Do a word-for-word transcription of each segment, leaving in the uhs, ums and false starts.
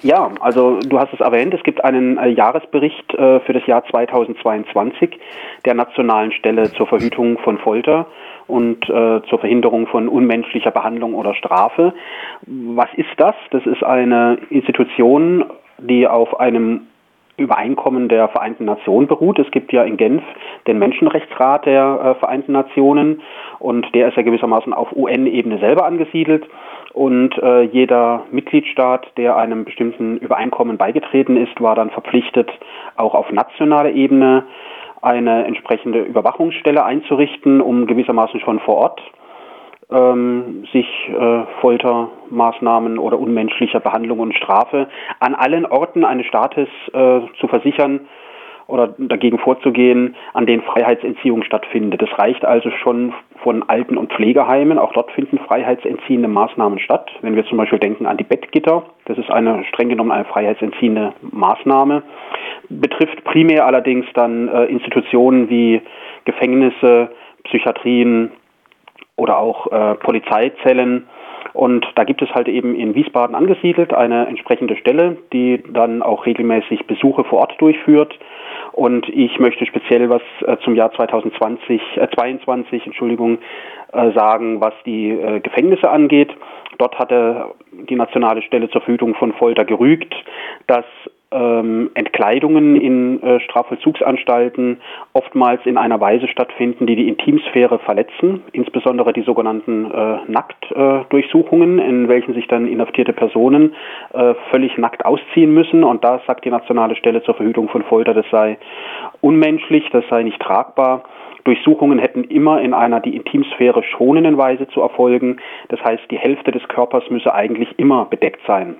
Ja, also du hast es erwähnt, es gibt einen äh, Jahresbericht äh, für das Jahr zweitausendzweiundzwanzig der Nationalen Stelle zur Verhütung von Folter und äh, zur Verhinderung von unmenschlicher Behandlung oder Strafe. Was ist das? Das ist eine Institution, die auf einem Übereinkommen der Vereinten Nationen beruht. Es gibt ja in Genf den Menschenrechtsrat der äh, Vereinten Nationen und der ist ja gewissermaßen auf U N-Ebene selber angesiedelt. Und äh, jeder Mitgliedstaat, der einem bestimmten Übereinkommen beigetreten ist, war dann verpflichtet, auch auf nationaler Ebene eine entsprechende Überwachungsstelle einzurichten, um gewissermaßen schon vor Ort ähm, sich äh, Foltermaßnahmen oder unmenschlicher Behandlung und Strafe an allen Orten eines Staates äh, zu versichern oder dagegen vorzugehen, an denen Freiheitsentziehung stattfindet. Das reicht also schon von Alten- und Pflegeheimen. Auch dort finden freiheitsentziehende Maßnahmen statt. Wenn wir zum Beispiel denken an die Bettgitter, das ist eine streng genommen eine freiheitsentziehende Maßnahme. Betrifft primär allerdings dann äh, Institutionen wie Gefängnisse, Psychiatrien oder auch äh, Polizeizellen. Und da gibt es halt eben in Wiesbaden angesiedelt eine entsprechende Stelle, die dann auch regelmäßig Besuche vor Ort durchführt. Und ich möchte speziell was äh, zum Jahr zweitausendzwanzig, äh, zweiundzwanzig, Entschuldigung, äh, sagen, was die äh, Gefängnisse angeht. Dort hatte die Nationale Stelle zur Verhütung von Folter gerügt, dass ähm, Entkleidungen in äh, Strafvollzugsanstalten oftmals in einer Weise stattfinden, die die Intimsphäre verletzen, insbesondere die sogenannten äh, Nacktdurchsuchungen, äh, in welchen sich dann inhaftierte Personen äh, völlig nackt ausziehen müssen. Und da sagt die Nationale Stelle zur Verhütung von Folter, das sei unmenschlich, das sei nicht tragbar. Durchsuchungen hätten immer in einer die Intimsphäre schonenden Weise zu erfolgen. Das heißt, die Hälfte des Körpers müsse eigentlich immer bedeckt sein.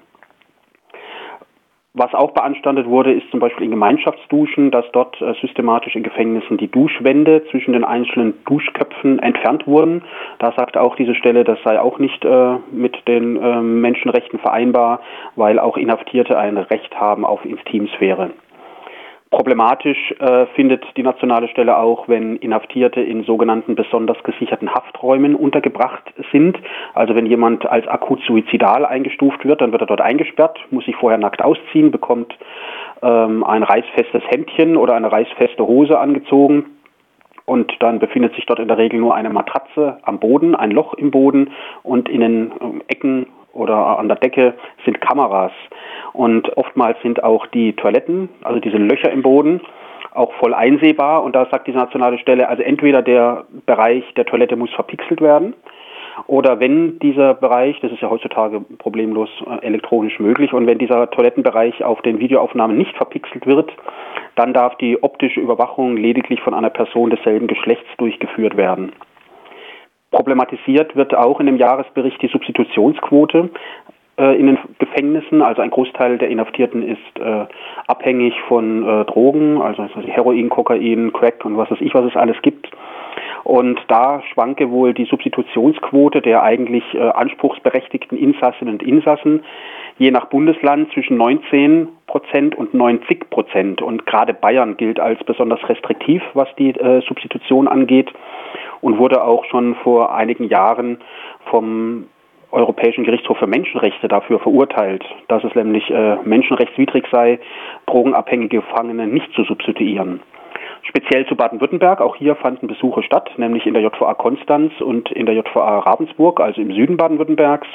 Was auch beanstandet wurde, ist zum Beispiel in Gemeinschaftsduschen, dass dort äh, systematisch in Gefängnissen die Duschwände zwischen den einzelnen Duschköpfen entfernt wurden. Da sagt auch diese Stelle, das sei auch nicht äh, mit den äh, Menschenrechten vereinbar, weil auch Inhaftierte ein Recht haben auf Intimsphäre. Problematisch äh, findet die Nationale Stelle auch, wenn Inhaftierte in sogenannten besonders gesicherten Hafträumen untergebracht sind. Also wenn jemand als akut suizidal eingestuft wird, dann wird er dort eingesperrt, muss sich vorher nackt ausziehen, bekommt ähm, ein reißfestes Hemdchen oder eine reißfeste Hose angezogen. Und dann befindet sich dort in der Regel nur eine Matratze am Boden, ein Loch im Boden und in den ähm, Ecken oder an der Decke sind Kameras. Und oftmals sind auch die Toiletten, also diese Löcher im Boden, auch voll einsehbar. Und da sagt diese Nationale Stelle, also entweder der Bereich der Toilette muss verpixelt werden, oder wenn dieser Bereich, das ist ja heutzutage problemlos äh, elektronisch möglich, und wenn dieser Toilettenbereich auf den Videoaufnahmen nicht verpixelt wird, dann darf die optische Überwachung lediglich von einer Person desselben Geschlechts durchgeführt werden. Problematisiert wird auch in dem Jahresbericht die Substitutionsquote äh, in den Gefängnissen. Also ein Großteil der Inhaftierten ist äh, abhängig von äh, Drogen, also Heroin, Kokain, Crack und was weiß ich, was es alles gibt. Und da schwanke wohl die Substitutionsquote der eigentlich äh, anspruchsberechtigten Insassinnen und Insassen je nach Bundesland zwischen neunzehn Prozent und neunzig Prozent. Und gerade Bayern gilt als besonders restriktiv, was die äh, Substitution angeht, und wurde auch schon vor einigen Jahren vom Europäischen Gerichtshof für Menschenrechte dafür verurteilt, dass es nämlich äh, menschenrechtswidrig sei, drogenabhängige Gefangene nicht zu substituieren. Speziell zu Baden-Württemberg, auch hier fanden Besuche statt, nämlich in der J V A Konstanz und in der J V A Ravensburg, also im Süden Baden-Württembergs.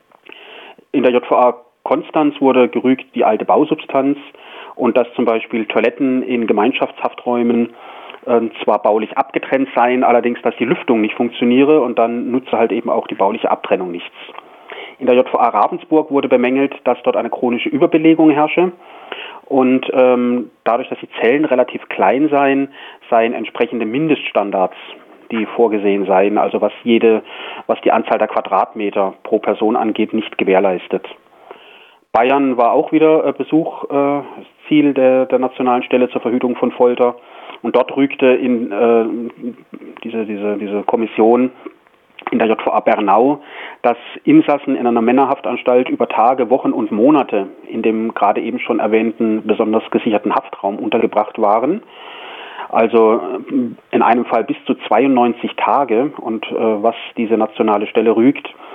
In der J V A Konstanz wurde gerügt die alte Bausubstanz und dass zum Beispiel Toiletten in Gemeinschaftshafträumen äh, zwar baulich abgetrennt seien, allerdings, dass die Lüftung nicht funktioniere, und dann nutze halt eben auch die bauliche Abtrennung nichts. In der J V A Ravensburg wurde bemängelt, dass dort eine chronische Überbelegung herrsche. Und ähm, dadurch, dass die Zellen relativ klein seien, seien entsprechende Mindeststandards, die vorgesehen seien, also was jede, was die Anzahl der Quadratmeter pro Person angeht, nicht gewährleistet. Bayern war auch wieder äh, Besuch, äh, Ziel der, der Nationalen Stelle zur Verhütung von Folter. Und dort rügte in äh, diese, diese, diese Kommission in der J V A Bernau, dass Insassen in einer Männerhaftanstalt über Tage, Wochen und Monate in dem gerade eben schon erwähnten besonders gesicherten Haftraum untergebracht waren. Also in einem Fall bis zu zweiundneunzig Tage. Und äh, was diese Nationale Stelle rügt,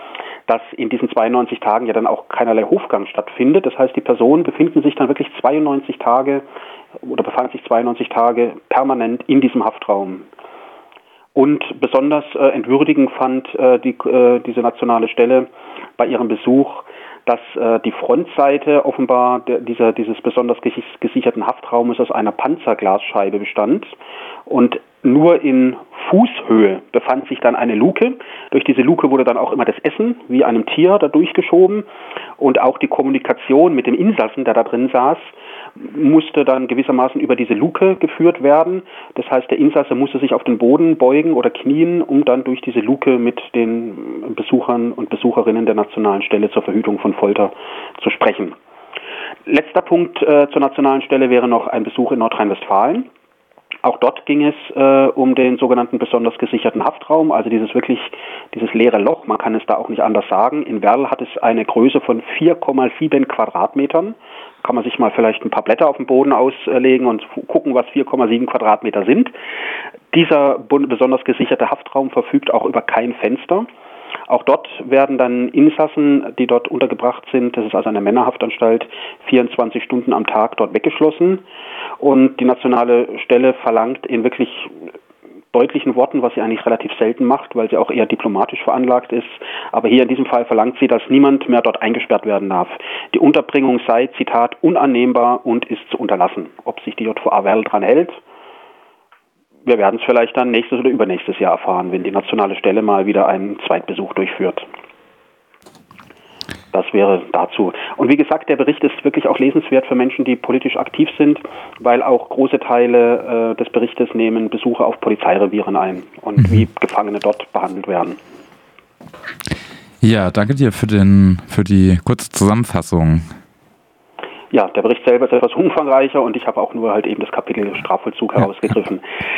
dass in diesen zweiundneunzig Tagen ja dann auch keinerlei Hofgang stattfindet. Das heißt, die Personen befinden sich dann wirklich zweiundneunzig Tage oder befanden sich zweiundneunzig Tage permanent in diesem Haftraum. Und besonders äh, entwürdigend fand äh, die, äh, diese nationale Stelle bei ihrem Besuch, dass äh, die Frontseite offenbar der, dieser, dieses besonders gesicherten Haftraumes aus einer Panzerglasscheibe bestand und nur in Fußhöhe befand sich dann eine Luke. Durch diese Luke wurde dann auch immer das Essen wie einem Tier da durchgeschoben und auch die Kommunikation mit dem Insassen, der da drin saß, musste dann gewissermaßen über diese Luke geführt werden. Das heißt, der Insasse musste sich auf den Boden beugen oder knien, um dann durch diese Luke mit den Besuchern und Besucherinnen der Nationalen Stelle zur Verhütung von Folter zu sprechen. Letzter Punkt äh, zur Nationalen Stelle wäre noch ein Besuch in Nordrhein-Westfalen. Auch dort ging es äh, um den sogenannten besonders gesicherten Haftraum, also dieses wirklich, dieses leere Loch, man kann es da auch nicht anders sagen. In Werl hat es eine Größe von vier Komma sieben Quadratmetern. Kann man sich mal vielleicht ein paar Blätter auf dem Boden auslegen und gucken, was vier Komma sieben Quadratmeter sind. Dieser besonders gesicherte Haftraum verfügt auch über kein Fenster. Auch dort werden dann Insassen, die dort untergebracht sind, das ist also eine Männerhaftanstalt, vierundzwanzig Stunden am Tag dort weggeschlossen. Und die nationale Stelle verlangt in wirklich deutlichen Worten, was sie eigentlich relativ selten macht, weil sie auch eher diplomatisch veranlagt ist. Aber hier in diesem Fall verlangt sie, dass niemand mehr dort eingesperrt werden darf. Die Unterbringung sei, Zitat, unannehmbar und ist zu unterlassen. Ob sich die J V A Werl dran hält, wir werden es vielleicht dann nächstes oder übernächstes Jahr erfahren, wenn die nationale Stelle mal wieder einen Zweitbesuch durchführt. Das wäre dazu. Und wie gesagt, der Bericht ist wirklich auch lesenswert für Menschen, die politisch aktiv sind, weil auch große Teile äh, des Berichtes nehmen Besuche auf Polizeirevieren ein und mhm. wie Gefangene dort behandelt werden. Ja, danke dir für, den, für die kurze Zusammenfassung. Ja, der Bericht selber ist etwas umfangreicher und ich habe auch nur halt eben das Kapitel Strafvollzug herausgegriffen.